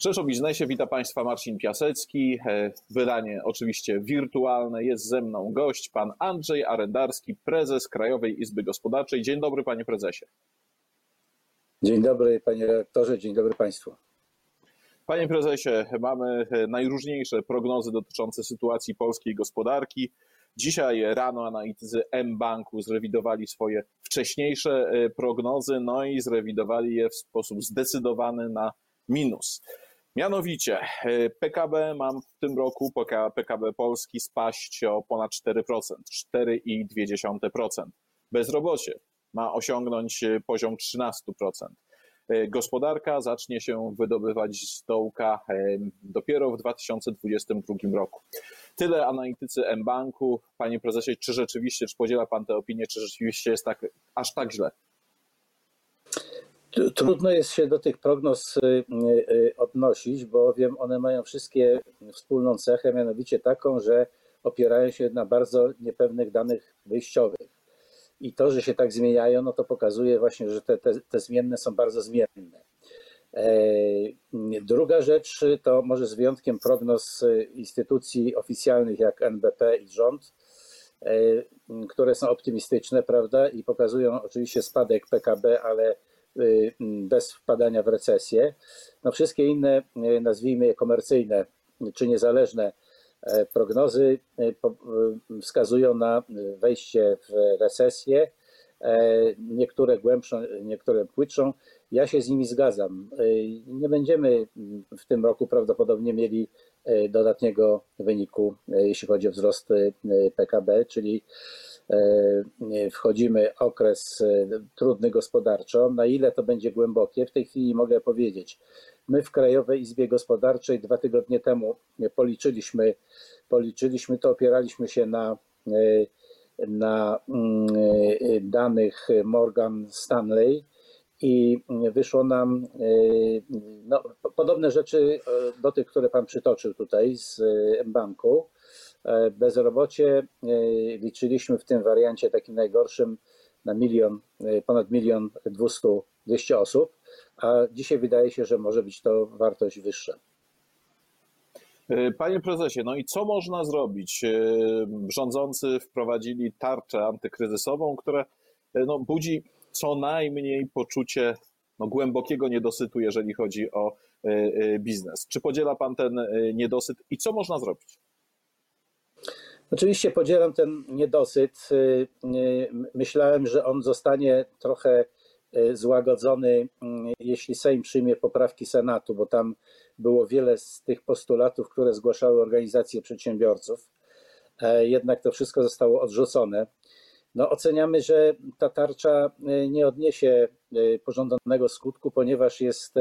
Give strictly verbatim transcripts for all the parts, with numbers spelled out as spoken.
Rzecz o biznesie, witam Państwa Marcin Piasecki, wydanie oczywiście wirtualne, jest ze mną gość, pan Andrzej Arendarski, prezes Krajowej Izby Gospodarczej. Dzień dobry, panie prezesie. Dzień dobry, panie redaktorze, dzień dobry państwu. Panie prezesie, mamy najróżniejsze prognozy dotyczące sytuacji polskiej gospodarki. Dzisiaj rano analitycy mBanku zrewidowali swoje wcześniejsze prognozy, no i zrewidowali je w sposób zdecydowany na minus. Mianowicie P K B mam w tym roku, P K B Polski spaść o ponad cztery procent, cztery przecinek dwa procent. Bezrobocie ma osiągnąć poziom trzynaście procent. Gospodarka zacznie się wydobywać z dołka dopiero w dwa tysiące dwudziestym drugim roku. Tyle analitycy mBanku. Panie prezesie, czy rzeczywiście, czy podziela pan tę opinię, czy rzeczywiście jest tak, aż tak źle? Trudno jest się do tych prognoz odnosić, bowiem one mają wszystkie wspólną cechę, mianowicie taką, że opierają się na bardzo niepewnych danych wyjściowych. I to, że się tak zmieniają, no to pokazuje właśnie, że te, te, te zmienne są bardzo zmienne. Druga rzecz to może z wyjątkiem prognoz instytucji oficjalnych jak N B P i rząd, które są optymistyczne, prawda, i pokazują oczywiście spadek P K B, ale bez wpadania w recesję. No wszystkie inne, nazwijmy je komercyjne czy niezależne prognozy wskazują na wejście w recesję, niektóre głębszą, niektóre płytszą. Ja się z nimi zgadzam. Nie będziemy w tym roku prawdopodobnie mieli dodatniego wyniku, jeśli chodzi o wzrost P K B, czyli wchodzimy w okres trudny gospodarczo. Na ile to będzie głębokie, w tej chwili mogę powiedzieć. My w Krajowej Izbie Gospodarczej dwa tygodnie temu policzyliśmy, policzyliśmy to, opieraliśmy się na, na danych Morgan Stanley i wyszło nam no, podobne rzeczy do tych, które pan przytoczył tutaj z mBanku. Bezrobocie liczyliśmy w tym wariancie takim najgorszym na milion, ponad milion dwieście osób, a dzisiaj wydaje się, że może być to wartość wyższa. Panie prezesie, no i co można zrobić? Rządzący wprowadzili tarczę antykryzysową, która no, budzi co najmniej poczucie no, głębokiego niedosytu, jeżeli chodzi o biznes. Czy podziela pan ten niedosyt i co można zrobić? Oczywiście podzielam ten niedosyt. Myślałem, że on zostanie trochę złagodzony, jeśli Sejm przyjmie poprawki Senatu, bo tam było wiele z tych postulatów, które zgłaszały organizacje przedsiębiorców. Jednak to wszystko zostało odrzucone. No, oceniamy, że ta tarcza nie odniesie pożądanego skutku, ponieważ jest,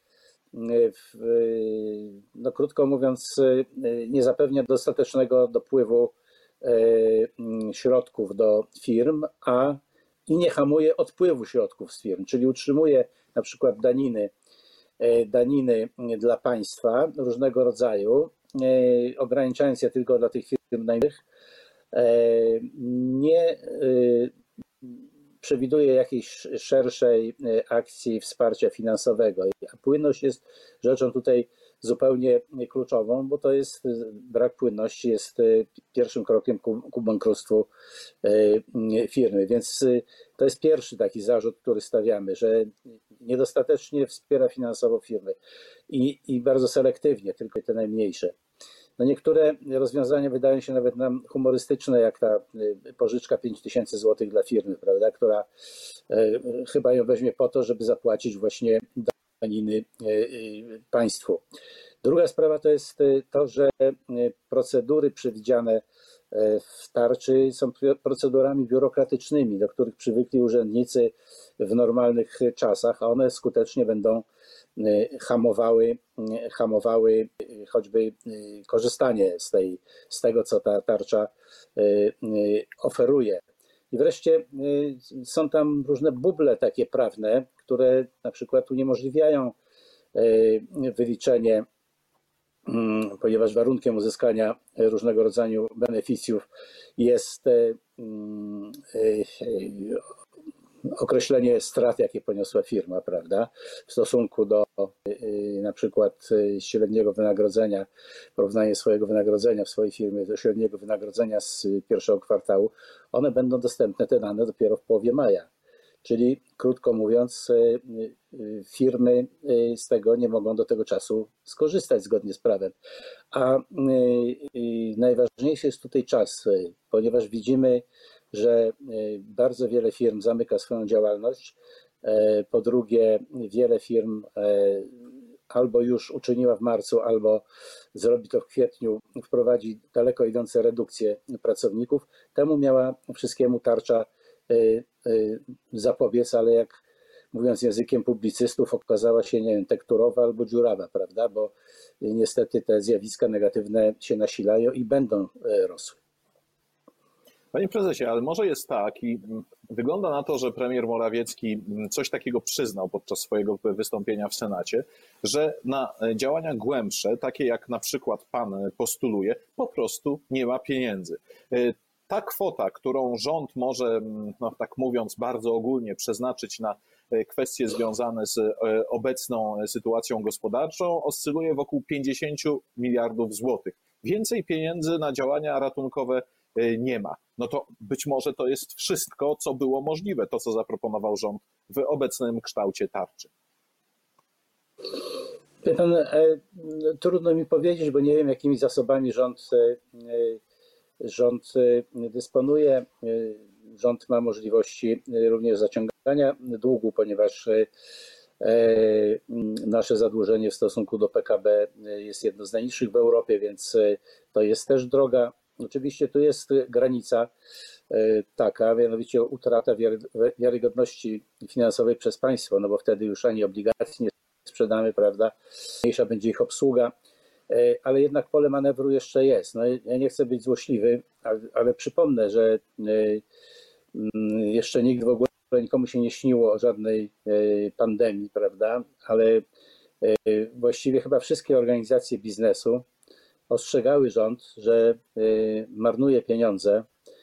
no krótko mówiąc, nie zapewnia dostatecznego dopływu środków do firm, a i nie hamuje odpływu środków z firm, czyli utrzymuje na przykład daniny, daniny dla państwa różnego rodzaju, ograniczając je tylko dla tych firm najmniejszych, nie przewiduje jakiejś szerszej akcji wsparcia finansowego, a płynność jest rzeczą tutaj zupełnie kluczową, bo to jest brak płynności, jest pierwszym krokiem ku, ku bankructwu firmy, więc to jest pierwszy taki zarzut, który stawiamy, że niedostatecznie wspiera finansowo firmy i, i bardzo selektywnie, tylko te najmniejsze. No niektóre rozwiązania wydają się nawet nam humorystyczne, jak ta pożyczka pięć tysięcy złotych dla firmy, prawda, która chyba ją weźmie po to, żeby zapłacić właśnie daniny państwu. Druga sprawa to jest to, że procedury przewidziane w tarczy są procedurami biurokratycznymi, do których przywykli urzędnicy w normalnych czasach, a one skutecznie będą hamowały, hamowały choćby korzystanie z, tej, z tego, co ta tarcza oferuje. I wreszcie są tam różne buble takie prawne, które na przykład uniemożliwiają wyliczenie, ponieważ warunkiem uzyskania różnego rodzaju beneficjów jest określenie strat, jakie poniosła firma, prawda, w stosunku do na przykład średniego wynagrodzenia, porównanie swojego wynagrodzenia w swojej firmie do średniego wynagrodzenia z pierwszego kwartału, one będą dostępne, te dane, dopiero w połowie maja. Czyli krótko mówiąc, firmy z tego nie mogą do tego czasu skorzystać zgodnie z prawem. A najważniejszy jest tutaj czas, ponieważ widzimy, że bardzo wiele firm zamyka swoją działalność. Po drugie, wiele firm albo już uczyniła w marcu, albo zrobi to w kwietniu, wprowadzi daleko idące redukcje pracowników. Temu miała wszystkiemu tarcza zapobiec, ale jak mówiąc językiem publicystów, okazała się, nie wiem, tekturowa albo dziurawa, prawda? Bo niestety te zjawiska negatywne się nasilają i będą rosły. Panie prezesie, ale może jest tak i wygląda na to, że premier Morawiecki coś takiego przyznał podczas swojego wystąpienia w Senacie, że na działania głębsze, takie jak na przykład pan postuluje, po prostu nie ma pieniędzy. Ta kwota, którą rząd może, no tak mówiąc bardzo ogólnie, przeznaczyć na kwestie związane z obecną sytuacją gospodarczą, oscyluje wokół pięćdziesiąt miliardów złotych. Więcej pieniędzy na działania ratunkowe nie ma. No to być może to jest wszystko, co było możliwe, to co zaproponował rząd w obecnym kształcie tarczy. Pan, trudno mi powiedzieć, bo nie wiem, jakimi zasobami rząd, rząd dysponuje. Rząd ma możliwości również zaciągania długu, ponieważ nasze zadłużenie w stosunku do P K B jest jedno z najniższych w Europie, więc to jest też droga. Oczywiście tu jest granica taka, mianowicie utrata wiarygodności finansowej przez państwo, no bo wtedy już ani obligacji nie sprzedamy, prawda, mniejsza będzie ich obsługa, ale jednak pole manewru jeszcze jest. No, ja nie chcę być złośliwy, ale, ale przypomnę, że jeszcze nikt w ogóle, nikomu się nie śniło o żadnej pandemii, prawda, ale właściwie chyba wszystkie organizacje biznesu ostrzegały rząd, że marnuje pieniądze,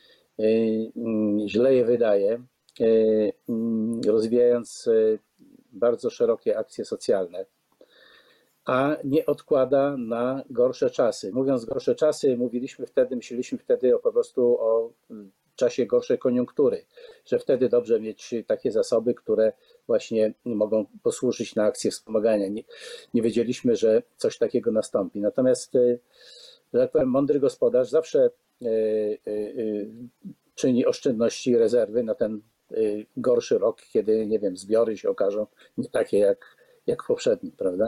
źle je wydaje, rozwijając bardzo szerokie akcje socjalne, a nie odkłada na gorsze czasy. Mówiąc gorsze czasy, mówiliśmy wtedy, myśleliśmy wtedy o, po prostu o czasie gorszej koniunktury, że wtedy dobrze mieć takie zasoby, które właśnie mogą posłużyć na akcje wspomagania. Nie, nie wiedzieliśmy, że coś takiego nastąpi. Natomiast, że tak powiem, mądry gospodarz zawsze y, y, y, czyni oszczędności i rezerwy na ten y, gorszy rok, kiedy, nie wiem, zbiory się okażą nie takie jak, jak poprzedni, prawda?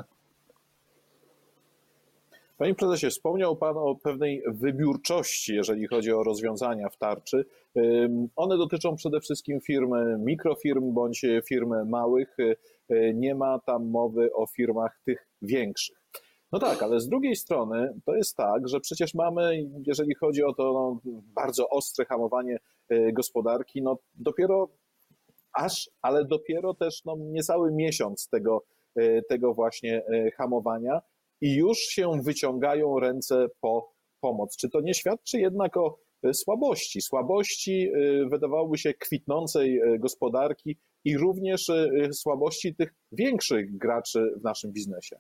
Panie prezesie, wspomniał pan o pewnej wybiórczości, jeżeli chodzi o rozwiązania w tarczy. One dotyczą przede wszystkim firm, mikrofirm bądź firm małych. Nie ma tam mowy o firmach tych większych. No tak, ale z drugiej strony to jest tak, że przecież mamy, jeżeli chodzi o to no, bardzo ostre hamowanie gospodarki, no dopiero aż, ale dopiero też no, niecały miesiąc tego, tego właśnie hamowania. I już się wyciągają ręce po pomoc. Czy to nie świadczy jednak o słabości? Słabości wydawałoby się kwitnącej gospodarki i również słabości tych większych graczy w naszym biznesie.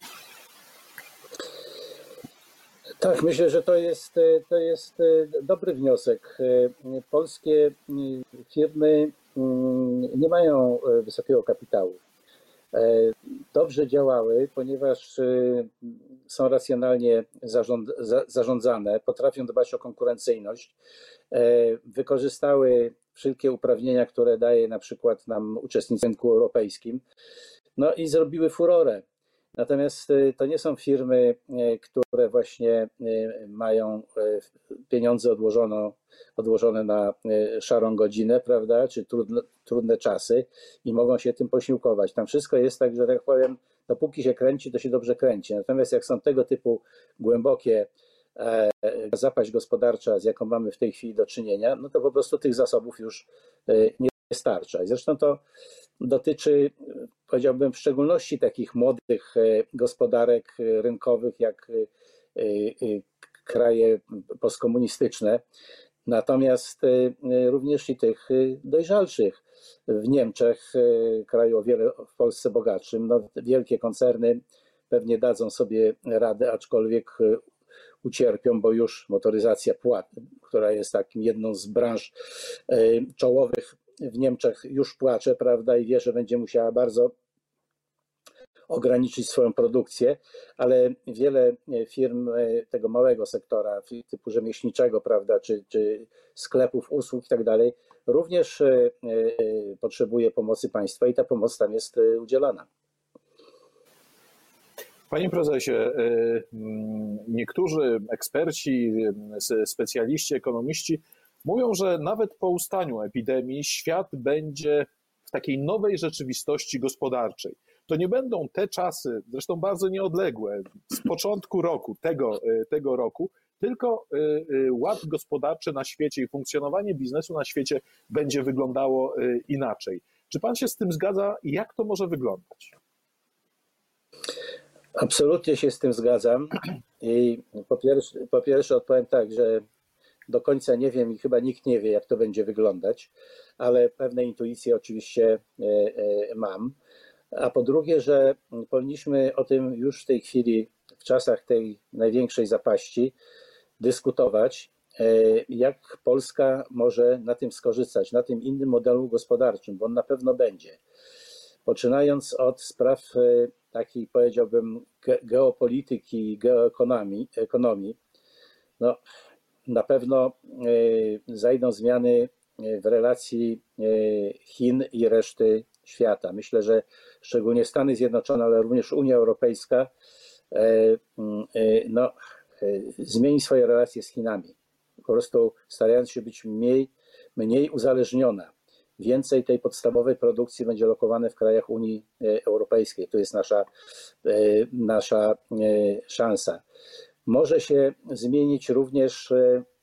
Tak, myślę, że to jest, to jest dobry wniosek. Polskie firmy nie mają wysokiego kapitału. Dobrze działały, ponieważ są racjonalnie zarządzane, potrafią dbać o konkurencyjność, wykorzystały wszelkie uprawnienia, które daje na przykład nam uczestnictwo w rynku europejskim, no i zrobiły furorę. Natomiast to nie są firmy, które właśnie mają pieniądze odłożone, odłożone na szarą godzinę, prawda, czy trudne, trudne czasy i mogą się tym posiłkować. Tam wszystko jest tak, że tak powiem, dopóki się kręci, to się dobrze kręci. Natomiast jak są tego typu głębokie zapaść gospodarcza, z jaką mamy w tej chwili do czynienia, no to po prostu tych zasobów już nie starcza. I zresztą to dotyczy, powiedziałbym, w szczególności takich młodych gospodarek rynkowych jak kraje postkomunistyczne. Natomiast również i tych dojrzalszych. W Niemczech, kraju o wiele w Polsce bogatszym, no, wielkie koncerny pewnie dadzą sobie radę, aczkolwiek ucierpią, bo już motoryzacja płat, która jest takim jedną z branż czołowych w Niemczech, już płacze, prawda, i wie, że będzie musiała bardzo ograniczyć swoją produkcję, ale wiele firm tego małego sektora, typu rzemieślniczego, prawda, czy, czy sklepów, usług i tak dalej, również potrzebuje pomocy państwa i ta pomoc tam jest udzielana. Panie prezesie, niektórzy eksperci, specjaliści, ekonomiści mówią, że nawet po ustaniu epidemii świat będzie w takiej nowej rzeczywistości gospodarczej. To nie będą te czasy, zresztą bardzo nieodległe, z początku roku, tego, tego roku, tylko ład gospodarczy na świecie i funkcjonowanie biznesu na świecie będzie wyglądało inaczej. Czy pan się z tym zgadza i jak to może wyglądać? Absolutnie się z tym zgadzam i po pierwsze, po pierwsze odpowiem tak, że do końca nie wiem i chyba nikt nie wie, jak to będzie wyglądać, ale pewne intuicje oczywiście mam. A po drugie, że powinniśmy o tym już w tej chwili, w czasach tej największej zapaści, dyskutować, jak Polska może na tym skorzystać, na tym innym modelu gospodarczym, bo on na pewno będzie. Poczynając od spraw takiej, powiedziałbym, geopolityki, geoekonomii, ekonomii, no, na pewno zajdą zmiany w relacji Chin i reszty świata. Myślę, że szczególnie Stany Zjednoczone, ale również Unia Europejska no, zmieni swoje relacje z Chinami. Po prostu starając się być mniej, mniej uzależniona. Więcej tej podstawowej produkcji będzie lokowane w krajach Unii Europejskiej. To jest nasza, nasza szansa. Może się zmienić również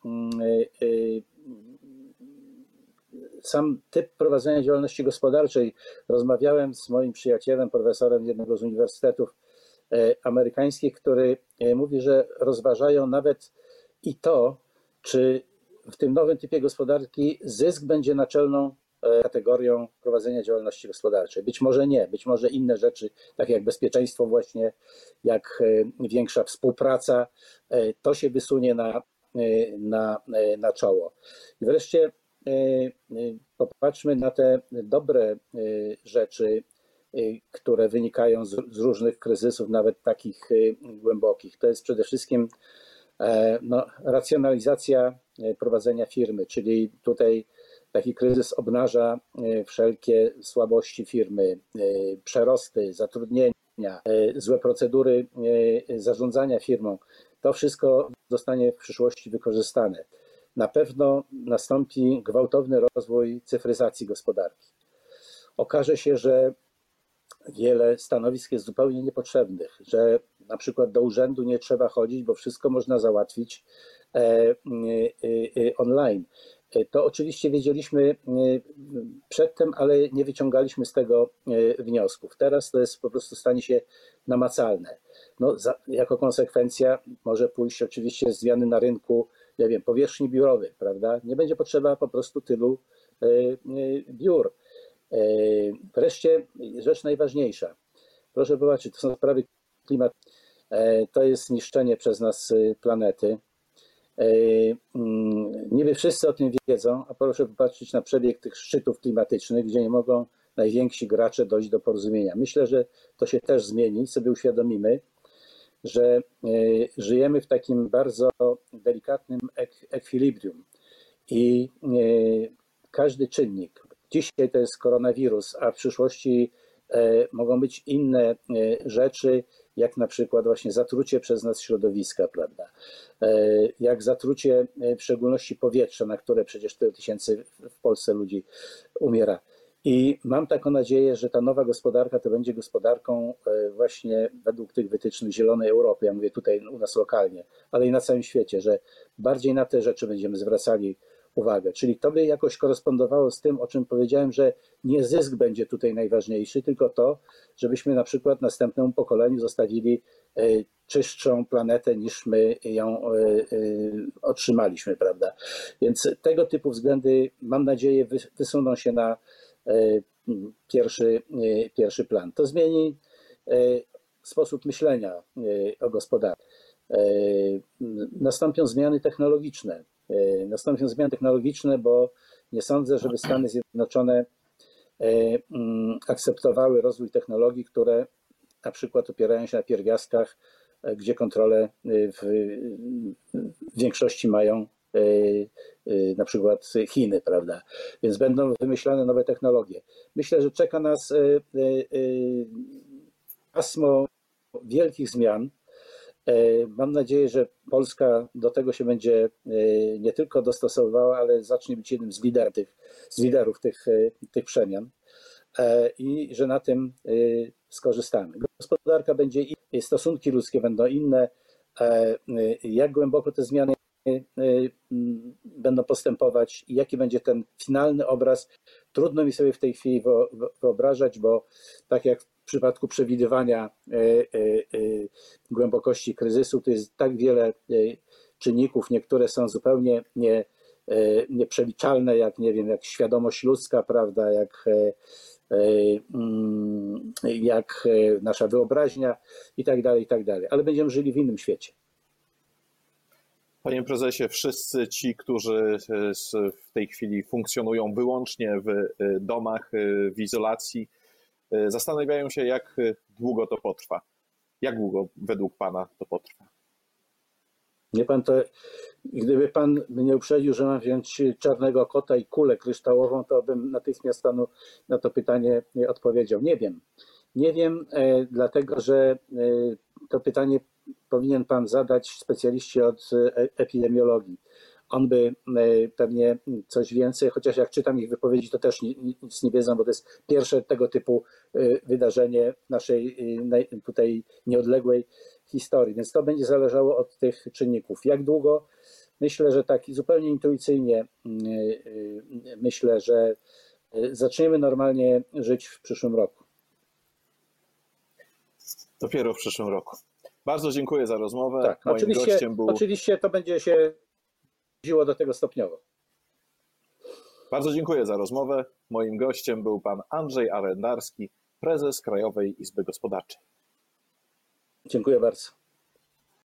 sam typ prowadzenia działalności gospodarczej. Rozmawiałem z moim przyjacielem, profesorem jednego z uniwersytetów amerykańskich, który mówi, że rozważają nawet i to, czy w tym nowym typie gospodarki zysk będzie naczelną kategorią prowadzenia działalności gospodarczej. Być może nie, być może inne rzeczy, takie jak bezpieczeństwo właśnie, jak większa współpraca, to się wysunie na, na, na czoło. I wreszcie popatrzmy na te dobre rzeczy, które wynikają z, z różnych kryzysów, nawet takich głębokich. To jest przede wszystkim no, racjonalizacja prowadzenia firmy, czyli tutaj taki kryzys obnaża wszelkie słabości firmy, przerosty, zatrudnienia, złe procedury zarządzania firmą. To wszystko zostanie w przyszłości wykorzystane. Na pewno nastąpi gwałtowny rozwój cyfryzacji gospodarki. Okaże się, że wiele stanowisk jest zupełnie niepotrzebnych, że na przykład do urzędu nie trzeba chodzić, bo wszystko można załatwić online. To oczywiście wiedzieliśmy przedtem, ale nie wyciągaliśmy z tego wniosków. Teraz to jest po prostu stanie się namacalne. No, za, jako konsekwencja może pójść oczywiście zmiany na rynku, ja wiem, powierzchni biurowych, prawda? Nie będzie potrzeba po prostu tylu biur. Wreszcie rzecz najważniejsza. Proszę zobaczyć, to są sprawy klimatu. To jest niszczenie przez nas planety. Niby wszyscy o tym wiedzą, a proszę popatrzeć na przebieg tych szczytów klimatycznych, gdzie nie mogą najwięksi gracze dojść do porozumienia. Myślę, że to się też zmieni, sobie uświadomimy, że żyjemy w takim bardzo delikatnym ekwilibrium i każdy czynnik, dzisiaj to jest koronawirus, a w przyszłości mogą być inne rzeczy, jak na przykład właśnie zatrucie przez nas środowiska, prawda? Jak zatrucie w szczególności powietrza, na które przecież tyle tysięcy w Polsce ludzi umiera. I mam taką nadzieję, że ta nowa gospodarka to będzie gospodarką właśnie według tych wytycznych Zielonej Europy, ja mówię tutaj u nas lokalnie, ale i na całym świecie, że bardziej na te rzeczy będziemy zwracali uwagę. Czyli to by jakoś korespondowało z tym, o czym powiedziałem, że nie zysk będzie tutaj najważniejszy, tylko to, żebyśmy na przykład następnemu pokoleniu zostawili czystszą planetę niż my ją otrzymaliśmy, prawda? Więc tego typu względy, mam nadzieję, wysuną się na pierwszy, pierwszy plan. To zmieni sposób myślenia o gospodarce. Nastąpią zmiany technologiczne. Nastąpią zmiany technologiczne, bo nie sądzę, żeby Stany Zjednoczone akceptowały rozwój technologii, które na przykład opierają się na pierwiastkach, gdzie kontrolę w większości mają na przykład Chiny, prawda? Więc będą wymyślane nowe technologie. Myślę, że czeka nas pasmo wielkich zmian. Mam nadzieję, że Polska do tego się będzie nie tylko dostosowywała, ale zacznie być jednym z liderów tych, z liderów tych, tych przemian i że na tym skorzystamy. Gospodarka będzie inna, stosunki ludzkie będą inne. Jak głęboko te zmiany będą postępować i jaki będzie ten finalny obraz, trudno mi sobie w tej chwili wyobrażać, bo tak jak w przypadku przewidywania głębokości kryzysu, to jest tak wiele czynników, niektóre są zupełnie nie, nieprzeliczalne, jak nie wiem, jak świadomość ludzka, prawda, jak, jak nasza wyobraźnia i tak dalej, i tak dalej. Ale będziemy żyli w innym świecie. Panie prezesie, wszyscy ci, którzy w tej chwili funkcjonują wyłącznie w domach, w izolacji, zastanawiają się, jak długo to potrwa. Jak długo według pana to potrwa? Nie pan to, gdyby pan mnie uprzedził, że mam wziąć czarnego kota i kulę kryształową, to bym natychmiast panu na to pytanie odpowiedział. Nie wiem. Nie wiem, dlatego że to pytanie powinien pan zadać specjaliście od epidemiologii. On by pewnie coś więcej, chociaż jak czytam ich wypowiedzi, to też nic nie wiedzą, bo to jest pierwsze tego typu wydarzenie w naszej tutaj nieodległej historii. Więc to będzie zależało od tych czynników. Jak długo? Myślę, że tak zupełnie intuicyjnie myślę, że zaczniemy normalnie żyć w przyszłym roku. Dopiero w przyszłym roku. Bardzo dziękuję za rozmowę. Tak, Moim oczywiście, gościem był... oczywiście to będzie się dziło do tego stopniowo. Bardzo dziękuję za rozmowę. Moim gościem był pan Andrzej Arendarski, prezes Krajowej Izby Gospodarczej. Dziękuję bardzo.